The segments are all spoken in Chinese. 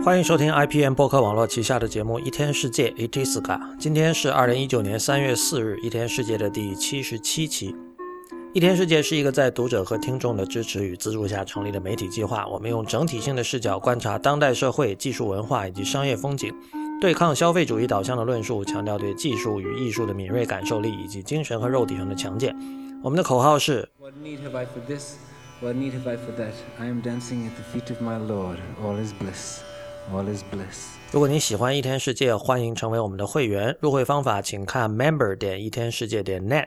欢迎收听 IPM 播客网络旗下的节目一天世界 Itiska。 今天是2019年3月4日，一天世界的第77期。一天世界是一个在读者和听众的支持与资助下成立的媒体计划，我们用整体性的视角观察当代社会、技术文化以及商业风景，对抗消费主义导向的论述，强调对技术与艺术的敏锐感受力以及精神和肉体上的强健。我们的口号是 What need have I for this? What need have I for that? I am dancing at the feet of my Lord. All is bliss. All is bliss. 如果你喜欢一天世界，欢迎成为我们的会员。入会方法请看 member 一天世界 .net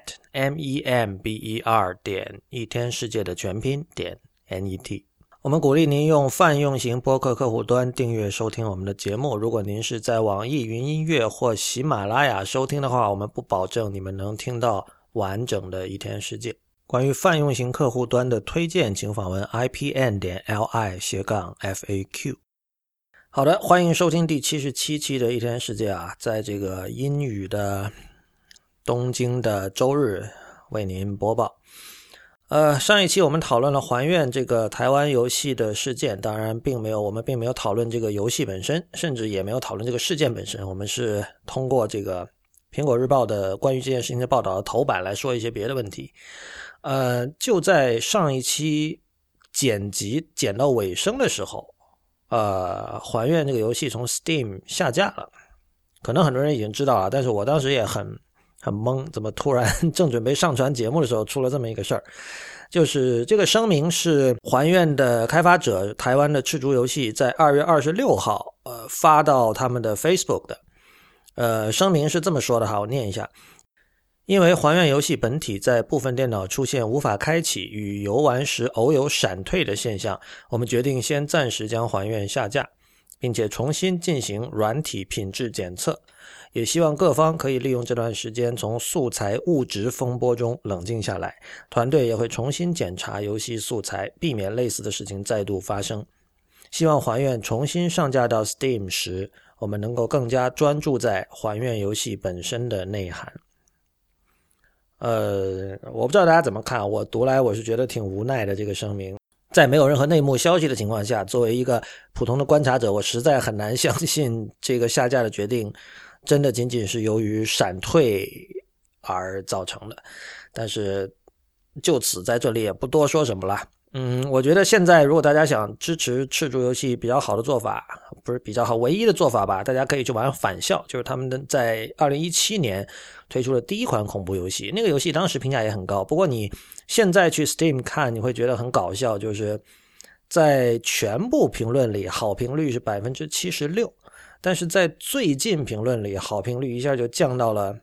member 一天世界的全拼 .net。 我们鼓励您用泛用型播客客户端订阅收听我们的节目。如果您是在网易云音乐或喜马拉雅收听的话，我们不保证你们能听到完整的一天世界。关于泛用型客户端的推荐，请访问 ipn.li/FAQ。好的，欢迎收听第77期的一天世界啊，在这个阴雨的东京的周日为您播报。上一期我们讨论了还愿这个台湾游戏的事件，当然我们并没有讨论这个游戏本身，甚至也没有讨论这个事件本身，我们是通过这个苹果日报的关于这件事情的报道的头版来说一些别的问题。就在上一期剪辑剪到尾声的时候，还愿这个游戏从 Steam 下架了，可能很多人已经知道了，但是我当时也很懵，怎么突然正准备上传节目的时候出了这么一个事儿。就是这个声明是还愿的开发者台湾的赤足游戏在2月26号发到他们的 Facebook 的。声明是这么说的哈，我念一下。因为还愿游戏本体在部分电脑出现无法开启与游玩时偶有闪退的现象，我们决定先暂时将还愿下架，并且重新进行软体品质检测，也希望各方可以利用这段时间从素材物质风波中冷静下来，团队也会重新检查游戏素材，避免类似的事情再度发生。希望还愿重新上架到 Steam 时，我们能够更加专注在还愿游戏本身的内涵。我不知道大家怎么看，我读来我是觉得挺无奈的。这个声明在没有任何内幕消息的情况下，作为一个普通的观察者，我实在很难相信这个下架的决定真的仅仅是由于闪退而造成的。但是就此在这里也不多说什么了。我觉得现在如果大家想支持赤足游戏比较好的做法，不是比较好，唯一的做法吧，大家可以去玩返校，就是他们在2017年推出的第一款恐怖游戏，那个游戏当时评价也很高。不过你现在去 Steam 看，你会觉得很搞笑，就是在全部评论里好评率是 76%， 但是在最近评论里好评率一下就降到了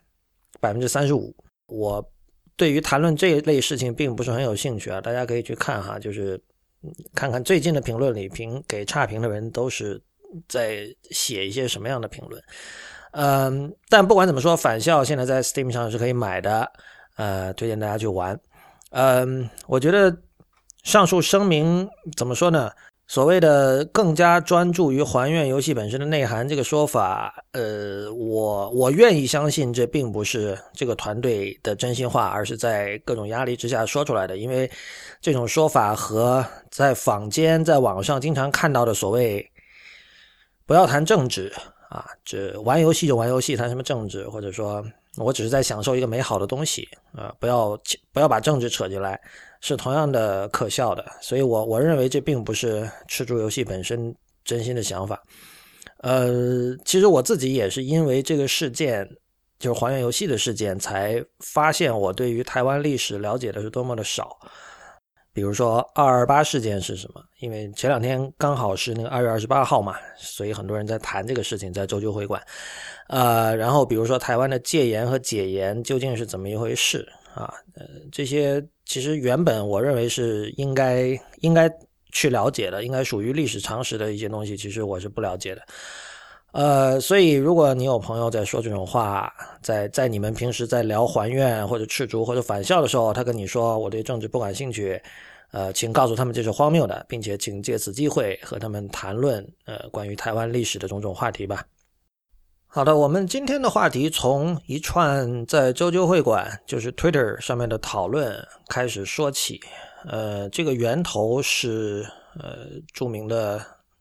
35%。 我对于谈论这一类事情并不是很有兴趣啊，大家可以去看哈，就是看看最近的评论里给差评的人都是在写一些什么样的评论。但不管怎么说，返校现在在 Steam 上是可以买的，推荐大家去玩。我觉得上述声明怎么说呢？所谓的更加专注于还愿游戏本身的内涵这个说法，我愿意相信这并不是这个团队的真心话，而是在各种压力之下说出来的。因为这种说法和在坊间在网上经常看到的所谓不要谈政治啊，这玩游戏就玩游戏，谈什么政治，或者说我只是在享受一个美好的东西啊，不要把政治扯进来，是同样的可笑的。所以我认为这并不是赤足游戏本身真心的想法。其实我自己也是因为这个事件，就是还愿游戏的事件，才发现我对于台湾历史了解的是多么的少。比如说228事件是什么，因为前两天刚好是那个2月28号嘛，所以很多人在谈这个事情，在周究会馆。然后比如说台湾的戒严和解严究竟是怎么一回事啊？这些其实原本我认为是应该去了解的，应该属于历史常识的一些东西，其实我是不了解的。所以如果你有朋友在说这种话，在你们平时在聊还愿或者赤足或者返校的时候，他跟你说我对政治不感兴趣，请告诉他们这是荒谬的，并且请借此机会和他们谈论关于台湾历史的种种话题吧。好的，我们今天的话题从一串在周究会馆就是 Twitter 上面的讨论开始说起。这个源头是著名的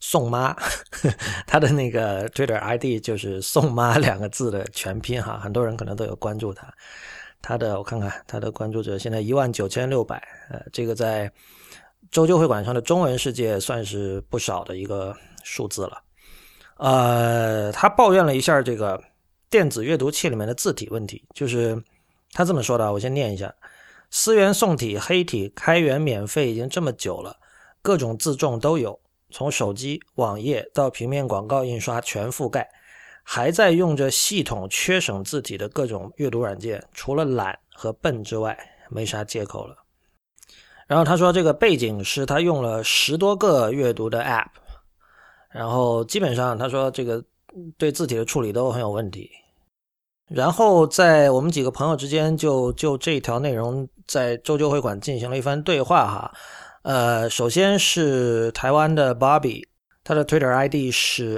宋妈他的那个 Twitter ID 就是宋妈2个字的全拼哈，很多人可能都有关注他的我看看他的关注者现在19600，这个在周究会馆上的中文世界算是不少的一个数字了。他抱怨了一下这个电子阅读器里面的字体问题，就是他这么说的，我先念一下：思源宋体、黑体开源免费已经这么久了，各种字重都有，从手机、网页到平面广告印刷全覆盖，还在用着系统缺省字体的各种阅读软件，除了懒和笨之外没啥借口了。然后他说这个背景是他用了10多个阅读的 App， 然后基本上他说这个对字体的处理都很有问题。然后在我们几个朋友之间就这条内容在周究会馆进行了一番对话哈。首先是台湾的 Bobby， 他的 Twitter ID 是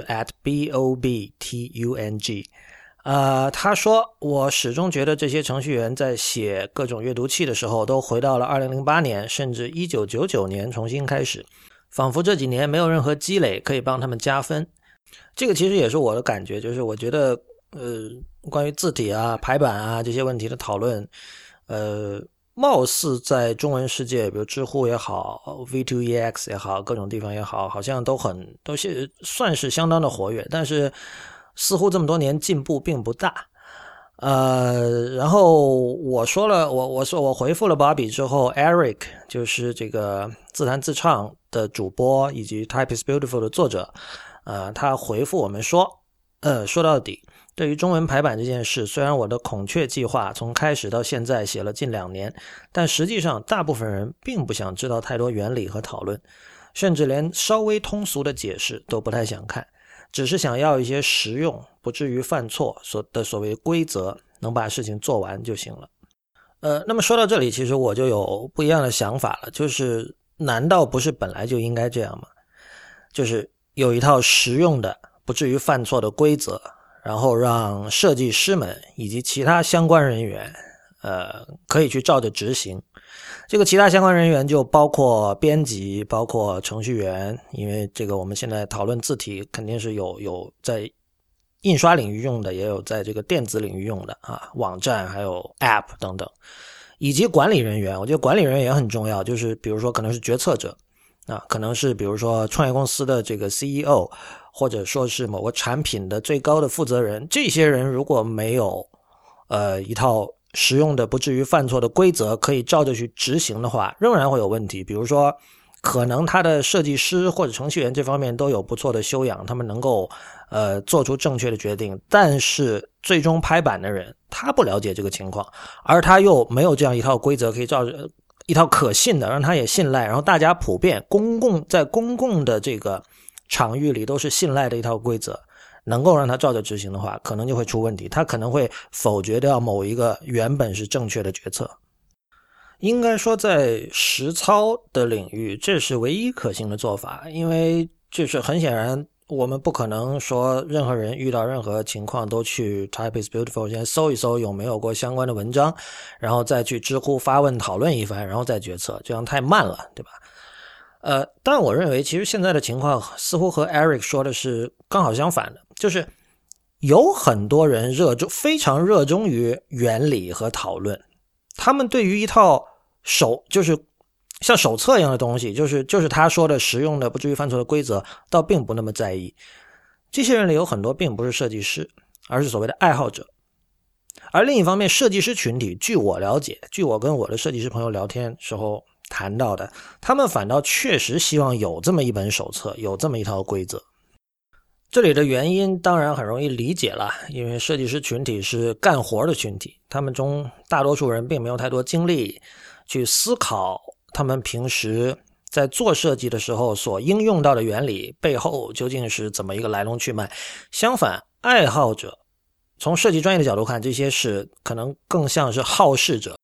@BOBTUNG。他说我始终觉得这些程序员在写各种阅读器的时候都回到了2008年甚至1999年重新开始，仿佛这几年没有任何积累可以帮他们加分。这个其实也是我的感觉，就是我觉得关于字体啊、排版啊这些问题的讨论，貌似在中文世界，比如知乎也好 V2EX 也好，各种地方也好，好像都算是相当的活跃，但是似乎这么多年进步并不大。然后我说了，我回复了 Bobby 之后 ，Eric 就是这个自弹自唱的主播以及 Type is Beautiful 的作者，他回复我们说，说到底，对于中文排版这件事，虽然我的孔雀计划从开始到现在写了近2年，但实际上大部分人并不想知道太多原理和讨论，甚至连稍微通俗的解释都不太想看，只是想要一些实用不至于犯错的所谓规则，能把事情做完就行了。那么说到这里，其实我就有不一样的想法了，就是难道不是本来就应该这样吗？就是有一套实用的不至于犯错的规则，然后让设计师们以及其他相关人员可以去照着执行。这个其他相关人员就包括编辑，包括程序员，因为这个我们现在讨论字体肯定是有在印刷领域用的，也有在这个电子领域用的网站还有 App 等等，以及管理人员。我觉得管理人员也很重要，就是比如说可能是决策者可能是比如说创业公司的这个 CEO， 或者说是某个产品的最高的负责人，这些人如果没有一套实用的不至于犯错的规则可以照着去执行的话，仍然会有问题。比如说可能他的设计师或者程序员这方面都有不错的修养，他们能够做出正确的决定，但是最终拍板的人他不了解这个情况，而他又没有这样一套规则可以照着一套可信的让他也信赖，然后大家普遍在公共的这个场域里都是信赖的一套规则，能够让他照着执行的话，可能就会出问题，他可能会否决掉某一个原本是正确的决策。应该说在实操的领域，这是唯一可行的做法，因为就是很显然我们不可能说任何人遇到任何情况都去 Type is Beautiful 先搜一搜有没有过相关的文章，然后再去知乎发问讨论一番，然后再决策，这样太慢了，对吧？但我认为其实现在的情况似乎和 Eric 说的是刚好相反的，就是有很多人非常热衷于原理和讨论，他们对于一套就是像手册一样的东西，就是他说的实用的不至于犯错的规则，倒并不那么在意。这些人里有很多并不是设计师，而是所谓的爱好者。而另一方面，设计师群体，据我了解，据我跟我的设计师朋友聊天时候谈到的，他们反倒确实希望有这么一本手册，有这么一套规则。这里的原因当然很容易理解了，因为设计师群体是干活的群体，他们中大多数人并没有太多精力去思考他们平时在做设计的时候所应用到的原理背后究竟是怎么一个来龙去脉。相反，爱好者从设计专业的角度看，这些是可能更像是好事者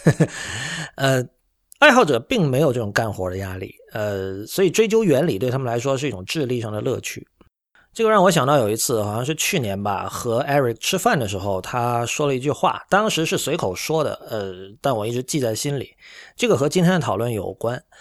爱好者并没有这种干活的压力，所以追究原理对他们来说是一种智力上的乐趣。这个让我想到有一次，好像是去年吧，和 Eric 吃饭的时候，他说了一句话，当时是随口说的，但我一直记在心里。这个和今天的讨论有关。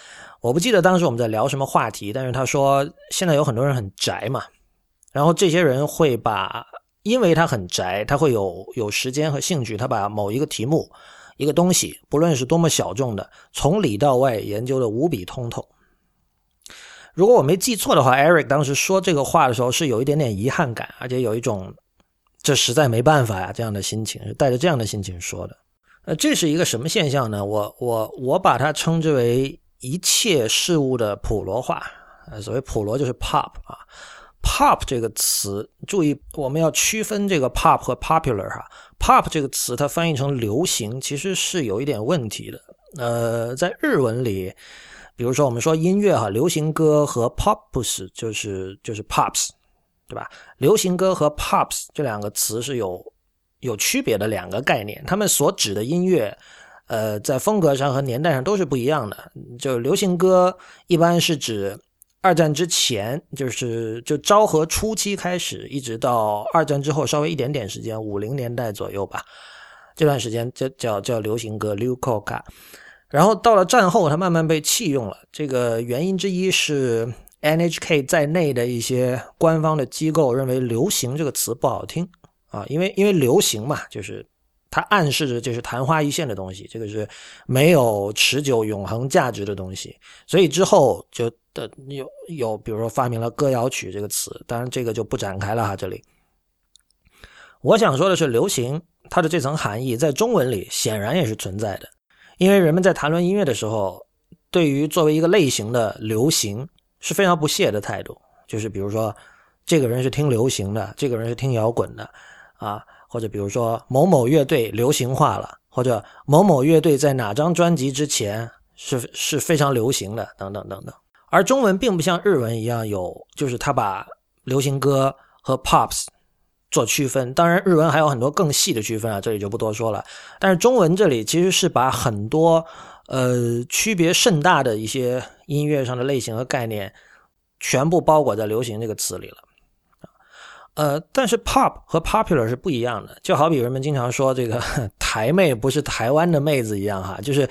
我不记得当时我们在聊什么话题，但是他说现在有很多人很宅嘛，然后这些人会因为他很宅，他会有时间和兴趣，他把某一个题目一个东西不论是多么小众的，从里到外研究的无比通透。如果我没记错的话， Eric 当时说这个话的时候是有一点点遗憾感，而且有一种这实在没办法呀这样的心情，是带着这样的心情说的。这是一个什么现象呢？我把它称之为一切事物的普罗化。所谓普罗就是 pop 啊。pop 这个词，注意我们要区分这个 pop 和 popular 哈。pop 这个词它翻译成流行其实是有一点问题的。在日文里，比如说我们说音乐哈，流行歌和 popus 就是 pops， 对吧？流行歌和 pops 这两个词是有区别的两个概念，他们所指的音乐在风格上和年代上都是不一样的。就流行歌一般是指二战之前，就昭和初期开始，一直到二战之后稍微一点点时间，50年代左右吧，这段时间叫流行歌 Ryukoka。 然后到了战后它慢慢被弃用了，这个原因之一是 NHK 在内的一些官方的机构认为流行这个词不好听啊，因为流行嘛，就是它暗示着这是昙花一现的东西，这个是没有持久永恒价值的东西，所以之后就有比如说发明了歌谣曲这个词，当然这个就不展开了哈。这里我想说的是，流行它的这层含义在中文里显然也是存在的，因为人们在谈论音乐的时候，对于作为一个类型的流行是非常不屑的态度，就是比如说这个人是听流行的，这个人是听摇滚的啊，或者比如说某某乐队流行化了，或者某某乐队在哪张专辑之前是非常流行的，等等等等。而中文并不像日文一样就是他把流行歌和 pops 做区分，当然日文还有很多更细的区分啊，这里就不多说了。但是中文这里其实是把很多区别甚大的一些音乐上的类型和概念全部包裹在流行这个词里了。但是 pop 和 popular 是不一样的，就好比人们经常说这个台妹不是台湾的妹子一样哈，就是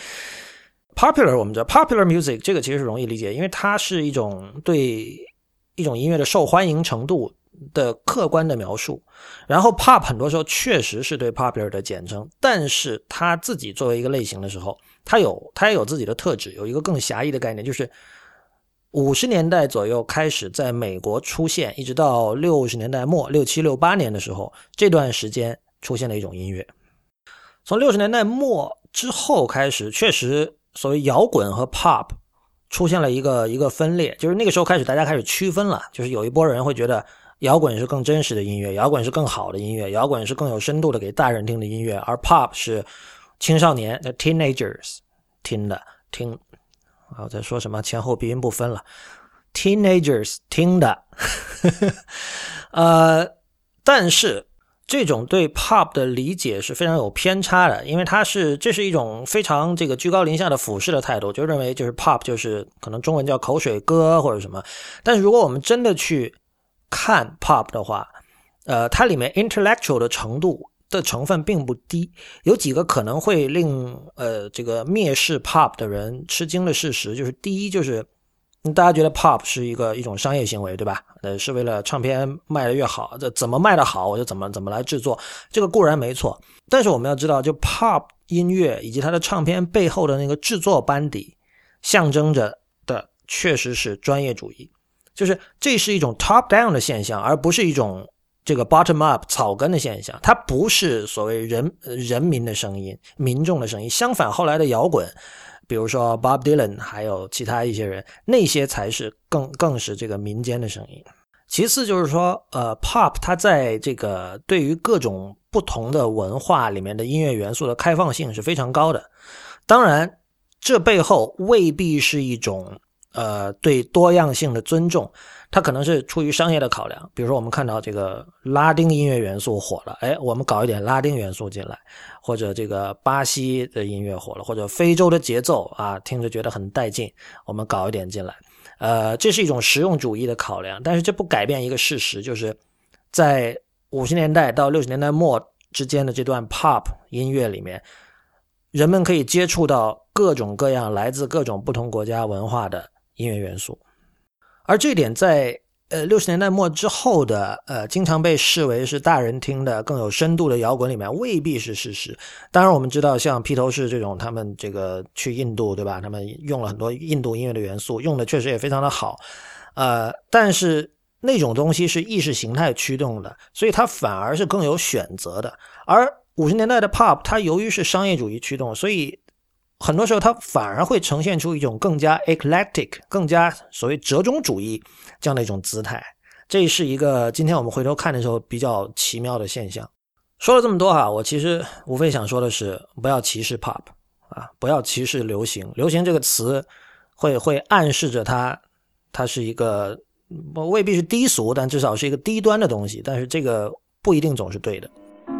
popular 我们知道 popular music 这个其实是容易理解，因为它是一种对一种音乐的受欢迎程度的客观的描述，然后 pop 很多时候确实是对 popular 的简称，但是它自己作为一个类型的时候，它也有自己的特质，有一个更狭义的概念，就是50年代左右开始在美国出现，一直到60年代末67、68年的时候，这段时间出现了一种音乐。从60年代末之后开始，确实所谓摇滚和 pop 出现了一个分裂，就是那个时候开始大家开始区分了，就是有一波人会觉得摇滚是更真实的音乐，摇滚是更好的音乐，摇滚是更有深度的给大人听的音乐，而 pop 是青少年的 teenagers 听我在说什么前后鼻音不分了 teenagers 听的但是这种对 pop 的理解是非常有偏差的，因为这是一种非常这个居高临下的俯视的态度，就认为就是 pop 就是可能中文叫口水歌或者什么。但是如果我们真的去看 pop 的话，它里面 intellectual 的程度的成分并不低，有几个可能会令这个蔑视 pop 的人吃惊的事实，就是第一就是大家觉得 pop 是一种商业行为，对吧？是为了唱片卖得越好，这怎么卖得好我就怎么来制作，这个固然没错，但是我们要知道，就 pop 音乐以及它的唱片背后的那个制作班底，象征着的确实是专业主义，就是这是一种 top down 的现象，而不是一种这个 bottom up 草根的现象，它不是所谓人民的声音，民众的声音。相反，后来的摇滚，比如说 Bob Dylan 还有其他一些人，那些才是更是这个民间的声音。其次就是说pop 它在这个对于各种不同的文化里面的音乐元素的开放性是非常高的。当然这背后未必是一种对多样性的尊重，它可能是出于商业的考量。比如说我们看到这个拉丁音乐元素火了，我们搞一点拉丁元素进来，或者这个巴西的音乐火了，或者非洲的节奏啊，听着觉得很带劲，我们搞一点进来。这是一种实用主义的考量，但是这不改变一个事实，就是在50年代到60年代末之间的这段 pop 音乐里面， 人们可以接触到各种各样来自各种不同国家文化的音乐元素。而这一点在60年代末之后的经常被视为是大人听的更有深度的摇滚里面未必是事实。当然我们知道像披头士这种，他们这个去印度，对吧，他们用了很多印度音乐的元素，用的确实也非常的好。但是那种东西是意识形态驱动的，所以它反而是更有选择的。而50年代的 pop 它由于是商业主义驱动，所以很多时候它反而会呈现出一种更加 eclectic 更加所谓折中主义这样的一种姿态。这是一个今天我们回头看的时候比较奇妙的现象。说了这么多哈，我其实无非想说的是不要歧视 pop 不要歧视流行。流行这个词会暗示着它是一个未必是低俗，但至少是一个低端的东西，但是这个不一定总是对的。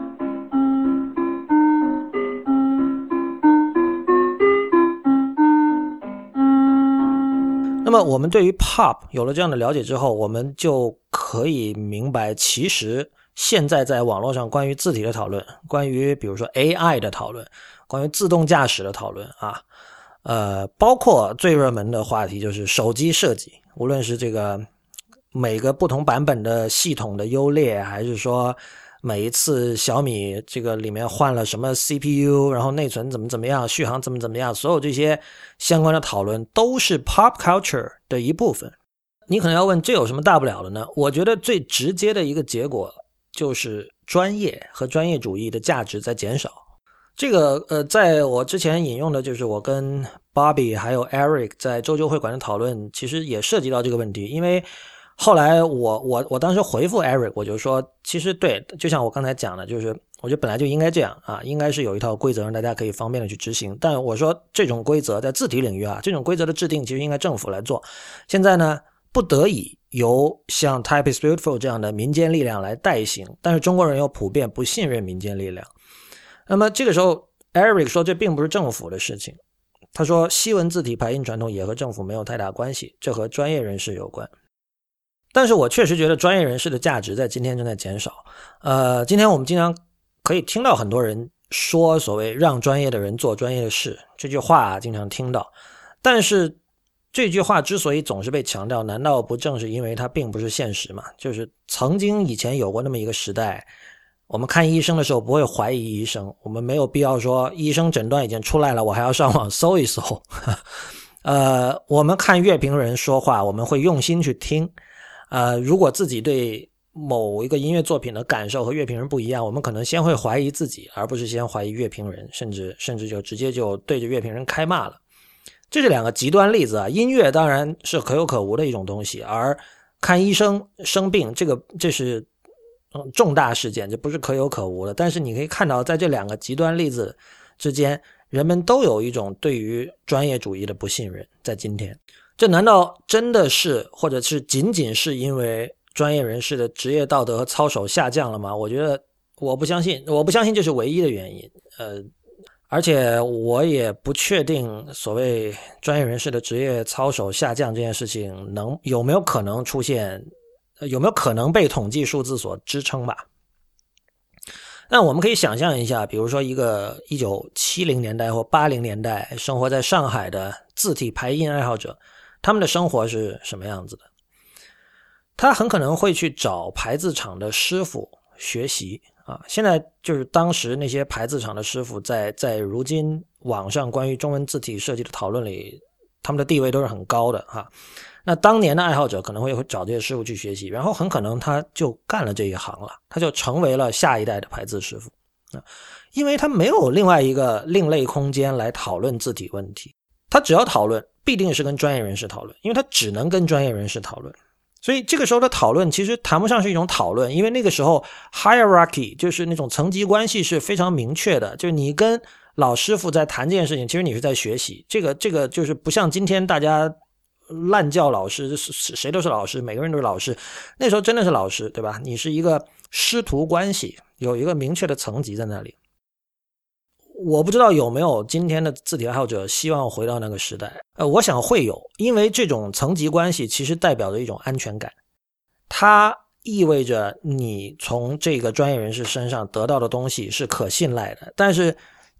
那么我们对于 pop 有了这样的了解之后，我们就可以明白，其实现在在网络上关于字体的讨论，关于比如说 AI 的讨论，关于自动驾驶的讨论包括最热门的话题就是手机设计，无论是这个每个不同版本的系统的优劣，还是说每一次小米这个里面换了什么 CPU， 然后内存怎么样，续航怎么样，所有这些相关的讨论都是 pop culture 的一部分。你可能要问这有什么大不了的呢？我觉得最直接的一个结果就是专业和专业主义的价值在减少。这个在我之前引用的就是我跟 Bobby 还有 Eric 在周究会馆的讨论，其实也涉及到这个问题。因为后来我当时回复 Eric， 我就说其实对，就像我刚才讲的，就是我觉得本来就应该这样应该是有一套规则让大家可以方便的去执行。但我说这种规则在字体领域这种规则的制定其实应该政府来做。现在呢不得已由像 Type is Beautiful 这样的民间力量来代行，但是中国人又普遍不信任民间力量。那么这个时候 Eric 说这并不是政府的事情，他说西文字体排印传统也和政府没有太大关系，这和专业人士有关。但是我确实觉得专业人士的价值在今天正在减少。今天我们经常可以听到很多人说所谓让专业的人做专业的事，这句话经常听到。但是这句话之所以总是被强调，难道不正是因为它并不是现实吗？就是曾经以前有过那么一个时代，我们看医生的时候不会怀疑医生，我们没有必要说医生诊断已经出来了，我还要上网搜一搜。我们看乐评人说话，我们会用心去听。如果自己对某一个音乐作品的感受和乐评人不一样，我们可能先会怀疑自己，而不是先怀疑乐评人，甚至就直接就对着乐评人开骂了。这是两个极端例子音乐当然是可有可无的一种东西，而看医生生病这是重大事件，这不是可有可无的。但是你可以看到在这两个极端例子之间，人们都有一种对于专业主义的不信任。在今天，这难道真的是或者是仅仅是因为专业人士的职业道德和操守下降了吗？我觉得我不相信这是唯一的原因。而且我也不确定所谓专业人士的职业操守下降这件事情有没有可能出现，有没有可能被统计数字所支撑吧。那我们可以想象一下，比如说一个1970年代或80年代生活在上海的字体排印爱好者，他们的生活是什么样子的？他很可能会去找排字厂的师傅学习现在就是当时那些排字厂的师傅在如今网上关于中文字体设计的讨论里，他们的地位都是很高的那当年的爱好者可能会找这些师傅去学习，然后很可能他就干了这一行了，他就成为了下一代的排字师傅因为他没有另外一个另类空间来讨论字体问题，他只要讨论必定是跟专业人士讨论，因为他只能跟专业人士讨论。所以这个时候的讨论其实谈不上是一种讨论，因为那个时候 hierarchy 就是那种层级关系是非常明确的，就是你跟老师傅在谈这件事情，其实你是在学习。这个就是不像今天大家滥叫老师，谁都是老师，每个人都是老师。那时候真的是老师，对吧？你是一个师徒关系，有一个明确的层级在那里。我不知道有没有今天的字体爱好者希望回到那个时代。我想会有，因为这种层级关系其实代表着一种安全感，它意味着你从这个专业人士身上得到的东西是可信赖的。但是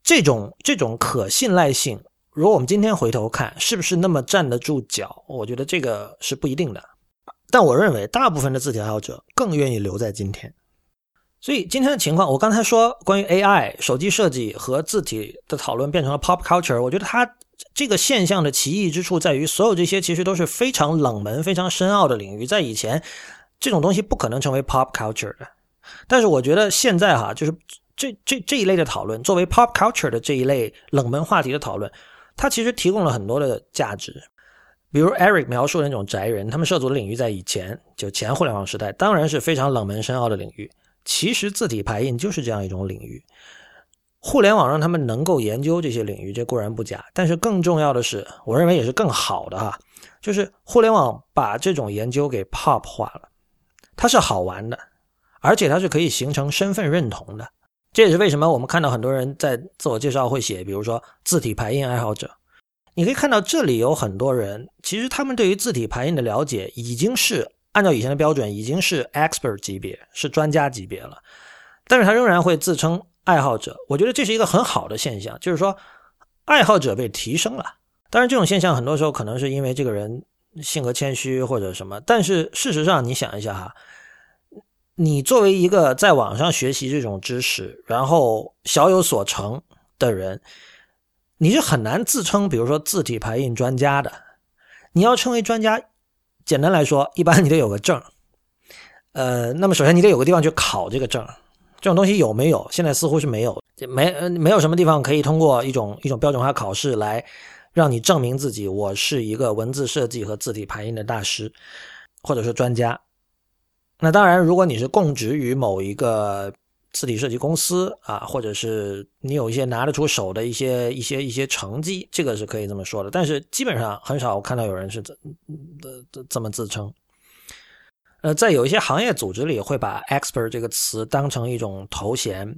这种可信赖性，如果我们今天回头看，是不是那么站得住脚？我觉得这个是不一定的。但我认为大部分的字体爱好者更愿意留在今天。所以今天的情况，我刚才说关于 AI、手机设计和字体的讨论变成了 pop culture， 我觉得它这个现象的奇异之处在于，所有这些其实都是非常冷门、非常深奥的领域，在以前这种东西不可能成为 pop culture 的。但是我觉得现在就是这一类的讨论，作为 pop culture 的这一类冷门话题的讨论，它其实提供了很多的价值。比如 Eric 描述的那种宅人，他们涉足的领域在以前就前互联网时代当然是非常冷门深奥的领域，其实字体排印就是这样一种领域。互联网让他们能够研究这些领域，这固然不假，但是更重要的是，我认为也是更好的就是互联网把这种研究给 pop 化了，它是好玩的，而且它是可以形成身份认同的。这也是为什么我们看到很多人在自我介绍会写，比如说字体排印爱好者。你可以看到这里有很多人，其实他们对于字体排印的了解已经是按照以前的标准已经是 expert 级别，是专家级别了，但是他仍然会自称爱好者。我觉得这是一个很好的现象，就是说爱好者被提升了。当然这种现象很多时候可能是因为这个人性格谦虚或者什么，但是事实上你想一下你作为一个在网上学习这种知识然后小有所成的人，你是很难自称比如说字体排印专家的。你要成为专家，简单来说一般你得有个证，那么首先你得有个地方去考这个证，这种东西有没有？现在似乎是没有，没有什么地方可以通过一种标准化考试来让你证明自己我是一个文字设计和字体排印的大师或者是专家。那当然如果你是供职于某一个字体设计公司或者是你有一些拿得出手的一些成绩，这个是可以这么说的，但是基本上很少看到有人是这么自称。在有一些行业组织里会把 expert 这个词当成一种头衔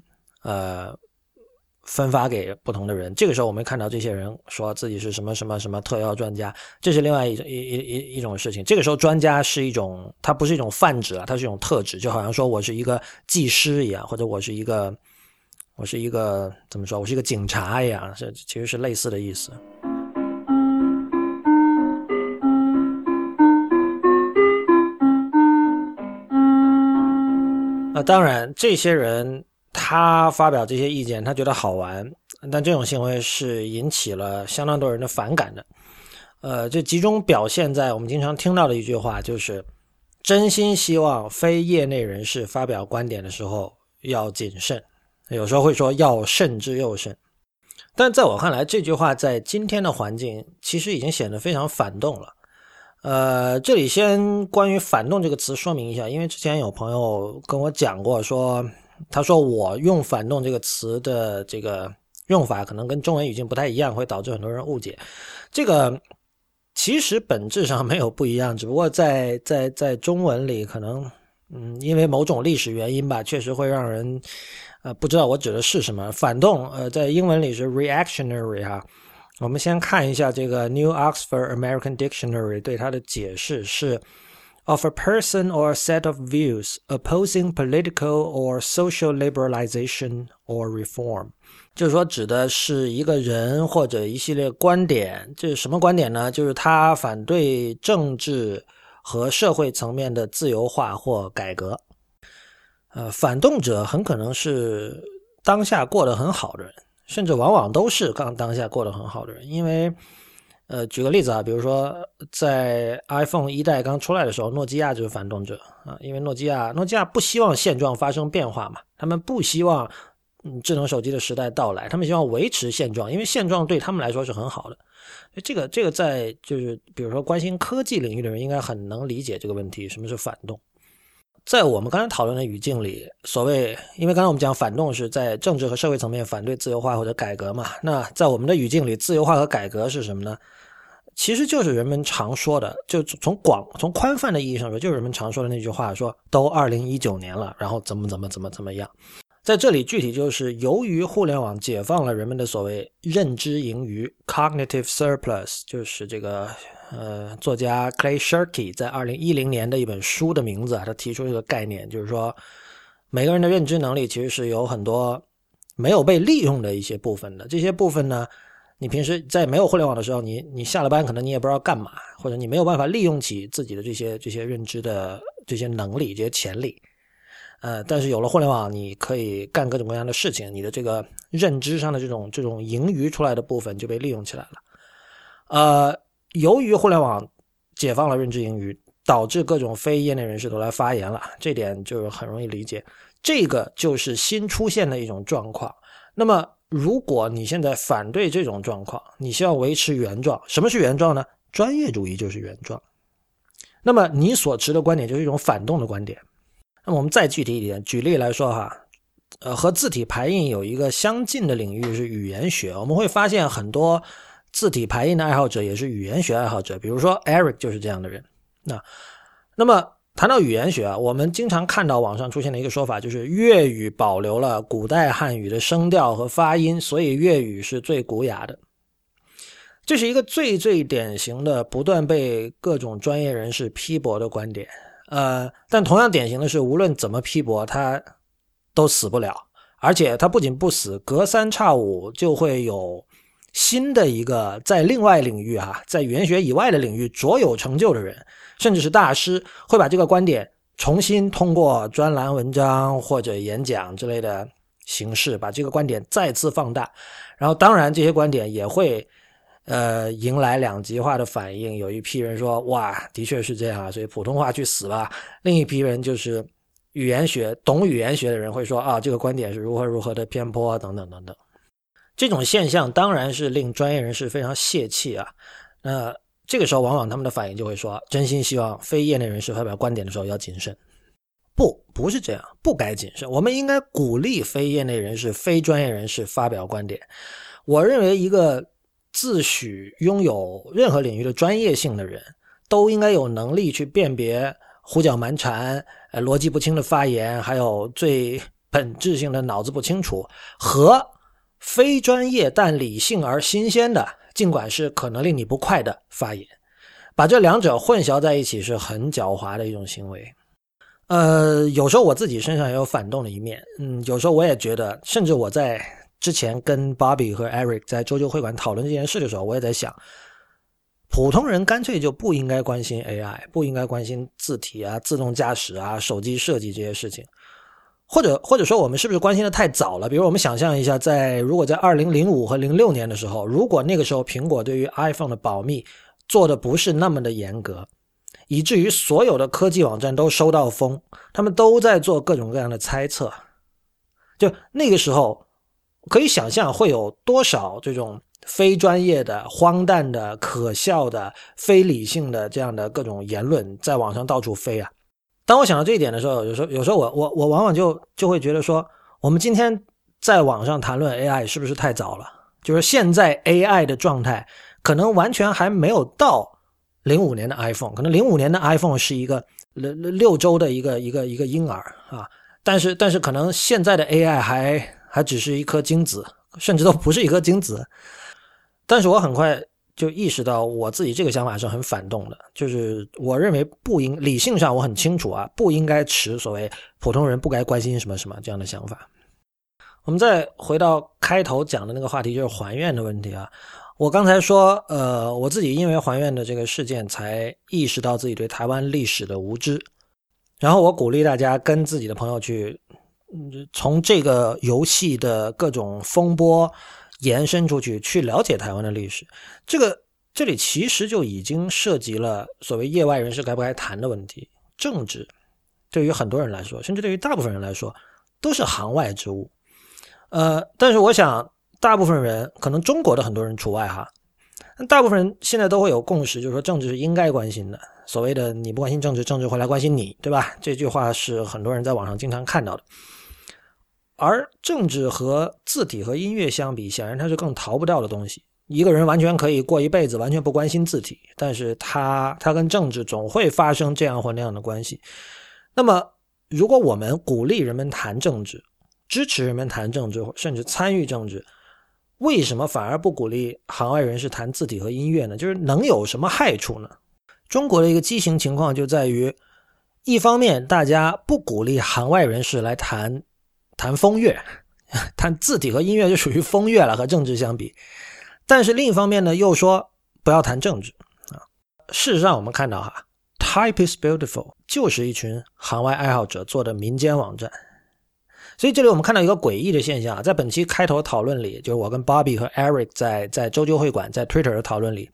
分发给不同的人，这个时候我们看到这些人说自己是什么什么什么特邀专家，这是另外一种事情。这个时候专家是一种，它不是一种泛指它是一种特指，就好像说我是一个技师一样，或者我是一个怎么说，我是一个警察一样，其实是类似的意思。当然这些人他发表这些意见他觉得好玩，但这种行为是引起了相当多人的反感的。这集中表现在我们经常听到的一句话，就是真心希望非业内人士发表观点的时候要谨慎，有时候会说要慎之又慎。但在我看来，这句话在今天的环境其实已经显得非常反动了。这里先关于反动这个词说明一下，因为之前有朋友跟我讲过他说我用反动这个词的这个用法可能跟中文语境不太一样，会导致很多人误解。这个其实本质上没有不一样，只不过在中文里可能因为某种历史原因吧，确实会让人不知道我指的是什么。反动在英文里是 reactionary 我们先看一下这个 New Oxford American Dictionary 对它的解释是 of a person or a set of views opposing political or social liberalization or reform， 就是说指的是一个人或者一系列观点。这是什么观点呢？就是他反对政治和社会层面的自由化或改革。反动者很可能是当下过得很好的人，甚至往往都是当下过得很好的人。因为举个例子比如说在 iPhone 1代刚出来的时候，诺基亚就是反动者因为诺基亚不希望现状发生变化嘛，他们不希望智能手机的时代到来，他们希望维持现状，因为现状对他们来说是很好的。这个在就是比如说关心科技领域的人应该很能理解这个问题，什么是反动。在我们刚才讨论的语境里，所谓因为刚才我们讲反动是在政治和社会层面反对自由化或者改革嘛，那在我们的语境里，自由化和改革是什么呢？其实就是人们常说的，就从宽泛的意义上说，就是人们常说的那句话，说都2019年了，然后怎么样。在这里具体就是由于互联网解放了人们的所谓认知盈余 cognitive surplus， 就是这个作家 Clay Shirky 在2010年的一本书的名字他提出这个概念，就是说每个人的认知能力其实是由很多没有被利用的一些部分的。这些部分呢，你平时在没有互联网的时候，你下了班可能你也不知道干嘛，或者你没有办法利用起自己的这些认知的这些能力、这些潜力。但是有了互联网，你可以干各种各样的事情，你的这个认知上的这种盈余出来的部分就被利用起来了。由于互联网解放了认知盈余，导致各种非业内人士都来发言了，这点就是很容易理解。这个就是新出现的一种状况。那么如果你现在反对这种状况，你希望维持原状，什么是原状呢？专业主义就是原状。那么你所持的观点就是一种反动的观点。那么我们再具体一点，举例来说哈，和字体排印有一个相近的领域是语言学。我们会发现很多字体排印的爱好者也是语言学爱好者，比如说 Eric 就是这样的人。那么谈到语言学啊，我们经常看到网上出现的一个说法，就是粤语保留了古代汉语的声调和发音，所以粤语是最古雅的。这是一个最典型的不断被各种专业人士批驳的观点。但同样典型的是，无论怎么批驳他都死不了，而且他不仅不死，隔三差五就会有新的一个在另外领域在语言学以外的领域卓有成就的人，甚至是大师，会把这个观点重新通过专栏文章或者演讲之类的形式把这个观点再次放大。然后当然这些观点也会迎来两极化的反应，有一批人说哇的确是这样所以普通话去死吧，另一批人就是语言学懂语言学的人会说这个观点是如何的偏颇等等等等。这种现象当然是令专业人士非常泄气那这个时候往往他们的反应就会说，真心希望非业内人士发表观点的时候要谨慎。不是这样，不该谨慎，我们应该鼓励非业内人士非专业人士发表观点。我认为一个自诩拥有任何领域的专业性的人都应该有能力去辨别胡搅蛮缠逻辑不清的发言，还有最本质性的脑子不清楚，和非专业但理性而新鲜的尽管是可能令你不快的发言。把这两者混淆在一起是很狡猾的一种行为。有时候我自己身上也有反动的一面，有时候我也觉得，甚至我在之前跟 Bobby 和 Eric 在周究会馆讨论这件事的时候，我也在想，普通人干脆就不应该关心 AI， 不应该关心字体自动驾驶手机设计这些事情。或者说我们是不是关心的太早了？比如我们想象一下，如果在2005和06年的时候，如果那个时候苹果对于 iPhone 的保密做的不是那么的严格，以至于所有的科技网站都收到风，他们都在做各种各样的猜测，就那个时候可以想象会有多少这种非专业的、荒诞的、可笑的、非理性的这样的各种言论在网上到处飞当我想到这一点的时候，有时候我往往就会觉得说，我们今天在网上谈论 AI 是不是太早了？就是现在 AI 的状态可能完全还没有到05年的 iPhone， 可能05年的 iPhone 是一个6周的一个婴儿但是可能现在的 AI 还只是一颗精子，甚至都不是一颗精子。但是我很快就意识到我自己这个想法是很反动的，就是我认为理性上我很清楚不应该持所谓普通人不该关心什么什么这样的想法。我们再回到开头讲的那个话题，就是还愿的问题我刚才说我自己因为还愿的这个事件才意识到自己对台湾历史的无知，然后我鼓励大家跟自己的朋友去从这个游戏的各种风波延伸出去了解台湾的历史。这里其实就已经涉及了所谓业外人士该不该谈的问题。政治对于很多人来说，甚至对于大部分人来说都是行外之物。但是我想大部分人，可能中国的很多人除外大部分人现在都会有共识，就是说政治是应该关心的。所谓的你不关心政治，政治会来关心你，对吧？这句话是很多人在网上经常看到的。而政治和字体和音乐相比，显然它是更逃不掉的东西。一个人完全可以过一辈子完全不关心字体，但是他跟政治总会发生这样或那样的关系。那么如果我们鼓励人们谈政治，支持人们谈政治，甚至参与政治，为什么反而不鼓励行外人士谈字体和音乐呢？就是能有什么害处呢？中国的一个畸形情况就在于，一方面大家不鼓励行外人士来谈风月但字体和音乐就属于风月了，和政治相比。但是另一方面呢，又说不要谈政治啊。事实上我们看到Type is Beautiful 就是一群行外爱好者做的民间网站。所以这里我们看到一个诡异的现象，在本期开头讨论里，就是我跟 Bobby 和 Eric 在周究会馆在 Twitter 的讨论里，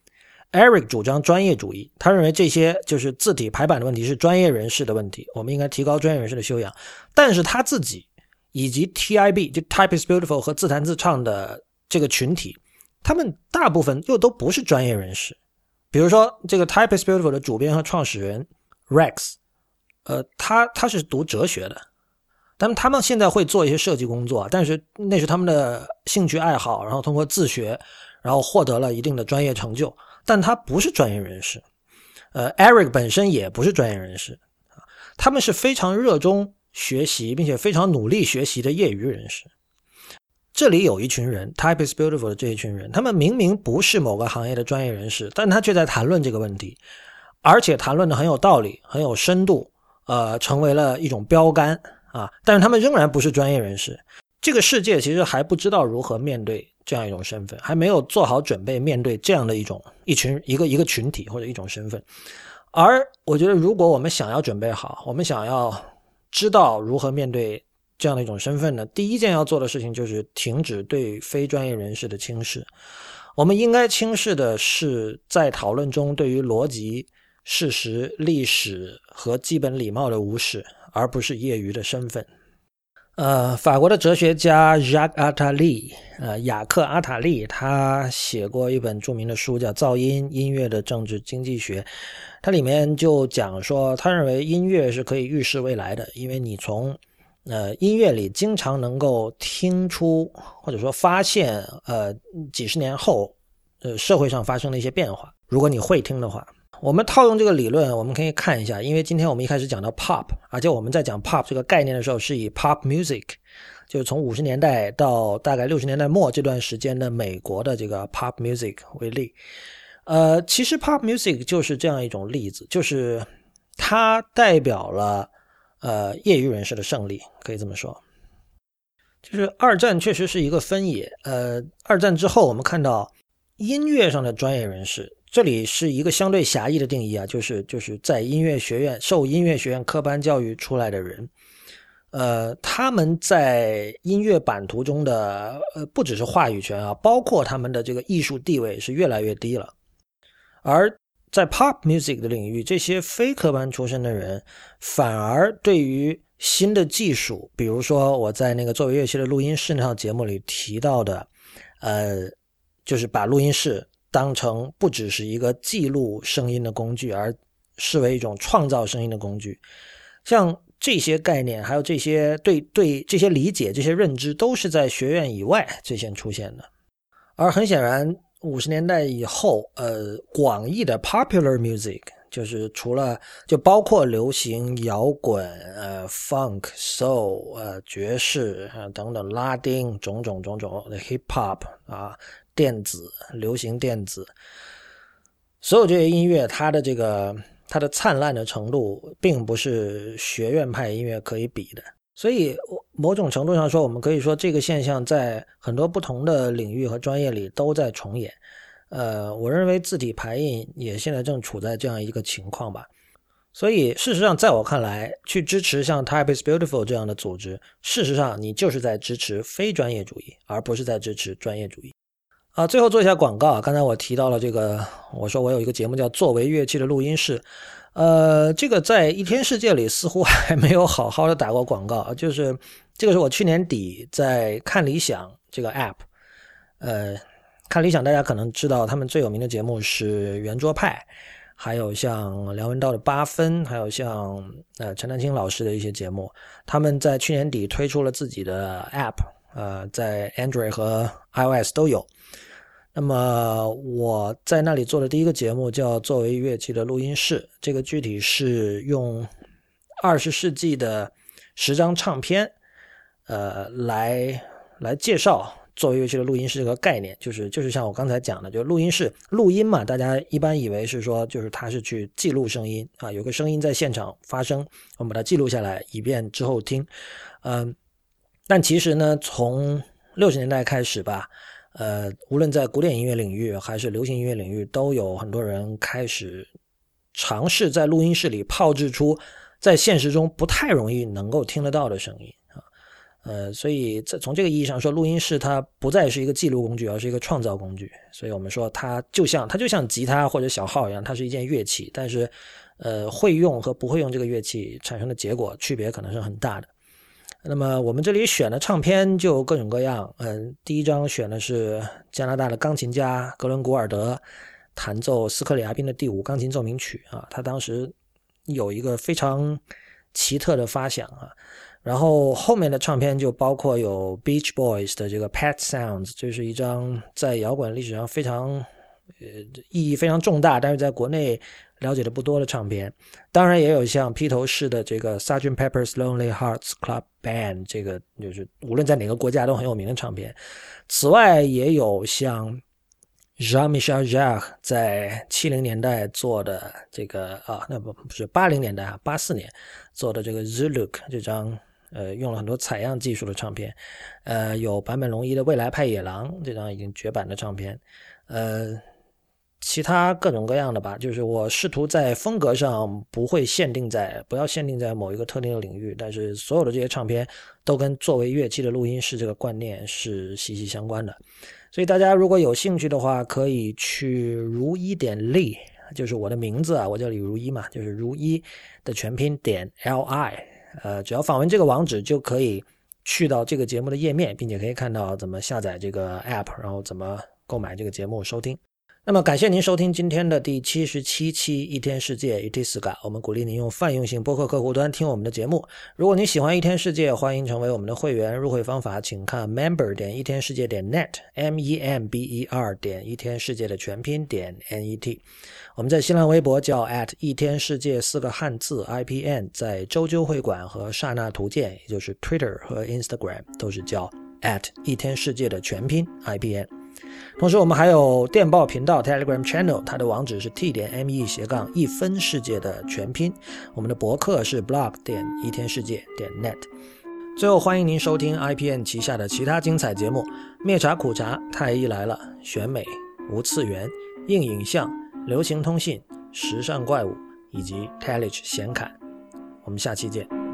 Eric 主张专业主义，他认为这些就是字体排版的问题是专业人士的问题，我们应该提高专业人士的修养。但是他自己以及 TIB 就 Type is Beautiful 和自弹自唱的这个群体，他们大部分又都不是专业人士。比如说这个 Type is Beautiful 的主编和创始人 Rex， 他是读哲学的，但他们现在会做一些设计工作，但是那是他们的兴趣爱好，然后通过自学然后获得了一定的专业成就，但他不是专业人士。Eric 本身也不是专业人士，他们是非常热衷学习并且非常努力学习的业余人士。这里有一群人 Type is Beautiful 的这一群人，他们明明不是某个行业的专业人士，但他却在谈论这个问题，而且谈论的很有道理很有深度，成为了一种标杆啊！但是他们仍然不是专业人士。这个世界其实还不知道如何面对这样一种身份，还没有做好准备面对这样的一个群体或者一种身份。而我觉得如果我们想要准备好，我们想要知道如何面对这样的一种身份呢，第一件要做的事情就是停止对非专业人士的轻视。我们应该轻视的是在讨论中对于逻辑、事实、历史和基本礼貌的无视，而不是业余的身份。法国的哲学家 Jacques Attali， 雅克·阿塔利，他写过一本著名的书叫《噪音：音乐的政治经济学》，它里面就讲说，他认为音乐是可以预示未来的，因为你从音乐里经常能够听出或者说发现几十年后社会上发生的一些变化，如果你会听的话。我们套用这个理论，我们可以看一下，因为今天我们一开始讲到 pop， 而且我们在讲 pop 这个概念的时候是以 pop music， 就是从50年代到大概60年代末这段时间的美国的这个 pop music 为例。其实 pop music 就是这样一种例子，就是它代表了业余人士的胜利，可以这么说。就是二战确实是一个分野，二战之后我们看到音乐上的专业人士，这里是一个相对狭义的定义啊，就是在音乐学院受音乐学院科班教育出来的人，他们在音乐版图中的不只是话语权啊，包括他们的这个艺术地位是越来越低了。而在 pop music 的领域，这些非科班出身的人反而对于新的技术，比如说我在那个作为乐器的录音室那套节目里提到的，就是把录音室当成不只是一个记录声音的工具，而视为一种创造声音的工具。像这些概念，还有这些对这些理解、这些认知，都是在学院以外最先出现的。而很显然，50年代以后，广义的 popular music， 就是就包括流行、摇滚、funk、soul、爵士等等，拉丁种种的 hip hop 啊。电子、流行电子，所有这些音乐，它的灿烂的程度并不是学院派音乐可以比的。所以某种程度上说，我们可以说这个现象在很多不同的领域和专业里都在重演。我认为字体排印也现在正处在这样一个情况吧。所以事实上在我看来，去支持像 Type is Beautiful 这样的组织，事实上你就是在支持非专业主义，而不是在支持专业主义。最后做一下广告。刚才我提到了这个，我说我有一个节目叫作为乐器的录音室，这个在一天世界里似乎还没有好好的打过广告，就是这个是我去年底在看理想这个 app， 看理想大家可能知道他们最有名的节目是圆桌派，还有像梁文道的8分，还有像陈丹青老师的一些节目，他们在去年底推出了自己的 app，在 Android 和 iOS 都有。那么我在那里做的第一个节目叫作为乐器的录音室，这个具体是用20世纪的10张唱片来介绍作为乐器的录音室这个概念，就是像我刚才讲的，就是录音室录音嘛，大家一般以为是说就是它是去记录声音啊，有个声音在现场发生，我们把它记录下来以便之后听。 但其实呢，从60年代开始吧，无论在古典音乐领域还是流行音乐领域，都有很多人开始尝试在录音室里炮制出在现实中不太容易能够听得到的声音啊。所以从这个意义上说，录音室它不再是一个记录工具，而是一个创造工具。所以我们说它就像吉他或者小号一样，它是一件乐器，但是会用和不会用这个乐器产生的结果区别可能是很大的。那么我们这里选的唱片就各种各样，第一张选的是加拿大的钢琴家格伦古尔德弹奏斯克里亚宾的第5钢琴奏鸣曲啊，他当时有一个非常奇特的发想啊。然后后面的唱片就包括有 Beach Boys 的这个 Pet Sounds， 这是一张在摇滚历史上非常意义非常重大，但是在国内了解的不多的唱片。当然也有像披头士的这个 Sgt. Pepper's Lonely Hearts Club Band， 这个就是无论在哪个国家都很有名的唱片。此外也有像 Jean-Michel Jarre 在70年代做的这个那不是80年代84年做的这个 Zuluk 这张用了很多采样技术的唱片。有坂本龙一的未来派野狼这张已经绝版的唱片。其他各种各样的吧，就是我试图在风格上不要限定在某一个特定的领域，但是所有的这些唱片都跟作为乐器的录音室这个观念是息息相关的。所以大家如果有兴趣的话，可以去如一.ly， 就是我的名字我叫李如一嘛，就是如一的全拼.li，只要访问这个网址就可以去到这个节目的页面，并且可以看到怎么下载这个 app， 然后怎么购买这个节目收听。那么感谢您收听今天的第77期一天世界 Itiska， 我们鼓励您用泛用性播客客户端听我们的节目。如果您喜欢一天世界，欢迎成为我们的会员，入会方法请看 member 一天世界net member 一天世界的全拼.net。 我们在新浪微博叫一天世界4个汉字 IPN， 在周究会馆和刹那图鉴也就是 Twitter 和 Instagram 都是叫一天世界的全拼 IPN。同时我们还有电报频道 Telegram Channel， 它的网址是 t.me/1分世界的全拼。我们的博客是 blog 一天世界.net。 最后欢迎您收听 IPN 旗下的其他精彩节目：灭茶苦茶、太医来了、选美、无次元、硬影像、流行通信、时尚怪物以及 Telich 显侃。我们下期见。